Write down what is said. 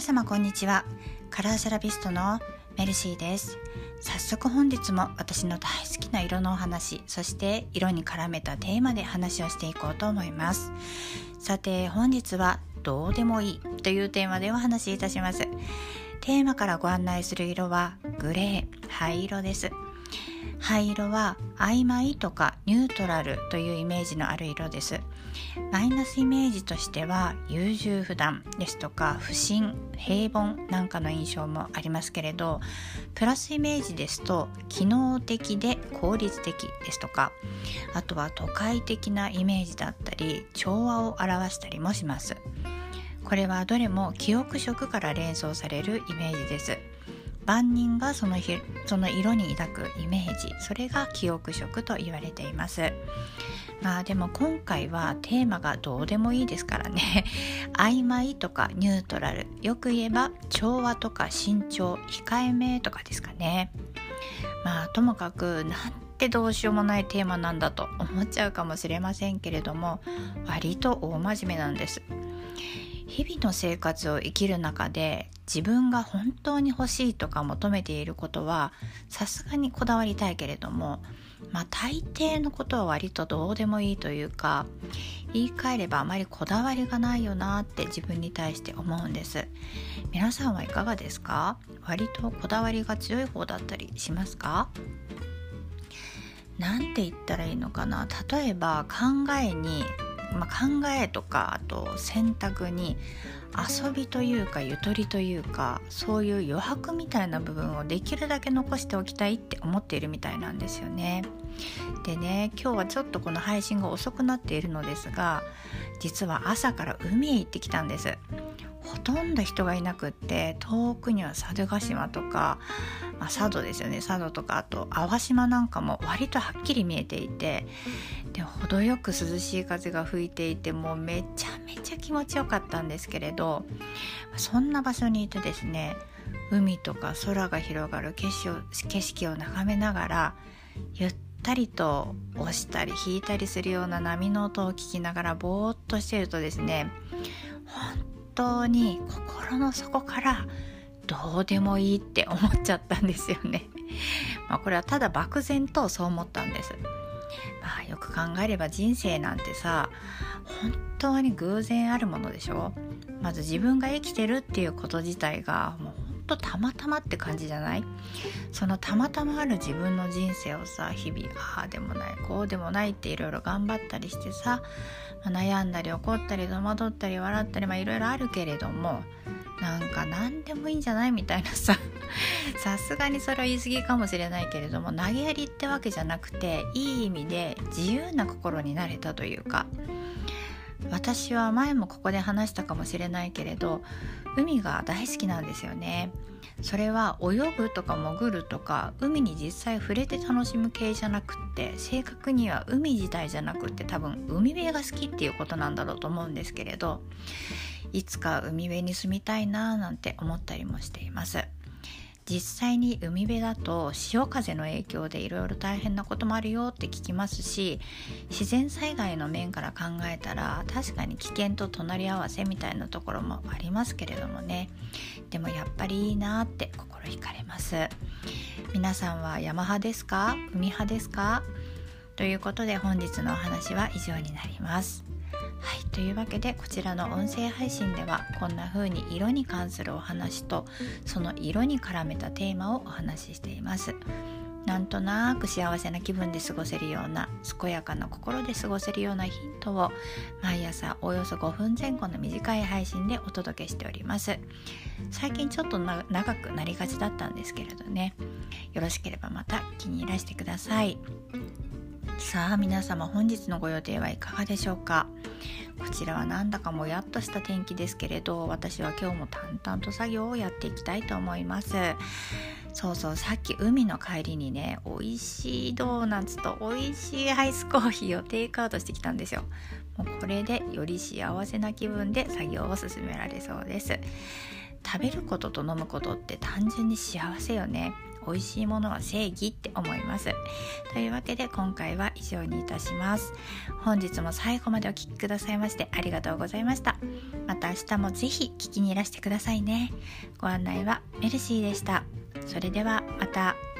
様こんにちは。カラーセラピストのメルシーです。早速本日も私の大好きな色のお話、そして色に絡めたテーマで話をしていこうと思います。さて本日はどうでもいいというテーマでお話しいたします。テーマからご案内する色はグレー、灰色です。灰色は曖昧とかニュートラルというイメージのある色です。マイナスイメージとしては優柔不断ですとか不信、平凡なんかの印象もありますけれど、プラスイメージですと機能的で効率的ですとか、あとは都会的なイメージだったり調和を表したりもします。これはどれも記憶色から連想されるイメージです。万人がその色に抱くイメージ、それが記憶色と言われています。でも今回はテーマがどうでもいいですからね曖昧とかニュートラル、よく言えば調和とか慎重、控えめとかですかね。ともかくなんてどうしようもないテーマなんだと思っちゃうかもしれませんけれども、割と大真面目なんです。日々の生活を生きる中で自分が本当に欲しいとか求めていることはさすがにこだわりたいけれども、大抵のことは割とどうでもいいというか、言い換えればあまりこだわりがないよなって自分に対して思うんです。皆さんはいかがですか？割とこだわりが強い方だったりしますか？なんて言ったらいいのかな。例えば考えとか、あと選択に遊びというかゆとりというか、そういう余白みたいな部分をできるだけ残しておきたいって思っているみたいなんですよね。でね、今日はちょっとこの配信が遅くなっているのですが、実は朝から海へ行ってきたんです。ほとんど人がいなくって、遠くには佐渡島とか、佐渡ですよね、佐渡とか、あと淡島なんかも割とはっきり見えていて、で程よく涼しい風が吹いていて、もうめちゃめちゃ気持ちよかったんですけれど、そんな場所にいてですね、海とか空が広がる景色を眺めながら、ゆったりと押したり引いたりするような波の音を聞きながらぼーっとしているとですね、本当に心の底からどうでもいいって思っちゃったんですよね。これはただ漠然とそう思ったんです。よく考えれば人生なんてさ、本当に偶然あるものでしょ。まず自分が生きてるっていうこと自体がもう本当たまたまって感じじゃない？そのたまたまある自分の人生をさ、日々ああでもないこうでもないっていろいろ頑張ったりしてさ、悩んだり怒ったり戸惑ったり笑ったりいろいろあるけれども、何でもいいんじゃないみたいなささすがにそれは言い過ぎかもしれないけれども、投げやりってわけじゃなくて、いい意味で自由な心になれたというか、私は前もここで話したかもしれないけれど、海が大好きなんですよね。それは泳ぐとか潜るとか、海に実際触れて楽しむ系じゃなくって、正確には海自体じゃなくって、多分海辺が好きっていうことなんだろうと思うんですけれど、いつか海辺に住みたいななんて思ったりもしています。実際に海辺だと潮風の影響でいろいろ大変なこともあるよって聞きますし、自然災害の面から考えたら確かに危険と隣り合わせみたいなところもありますけれどもね。でもやっぱりいいなって心惹かれます。皆さんは山派ですか？海派ですか？ということで本日のお話は以上になります。というわけで、こちらの音声配信ではこんな風に色に関するお話と、その色に絡めたテーマをお話ししています。なんとなく幸せな気分で過ごせるような、健やかな心で過ごせるようなヒントを毎朝およそ5分前後の短い配信でお届けしております。最近ちょっと長くなりがちだったんですけれどね、よろしければまた気に入らせてください。さあ皆様、本日のご予定はいかがでしょうか。こちらはなんだかもやっとした天気ですけれど、私は今日も淡々と作業をやっていきたいと思います。さっき海の帰りにね、美味しいドーナツと美味しいアイスコーヒーをテイクアウトしてきたんですよ。もうこれでより幸せな気分で作業を進められそうです。食べることと飲むことって単純に幸せよね。 美味しいものは正義って思います。というわけで今回は以上にいたします。本日も最後までお聞きくださいましてありがとうございました。また明日もぜひ聞きにいらしてくださいね。ご案内はメルシーでした。それではまた。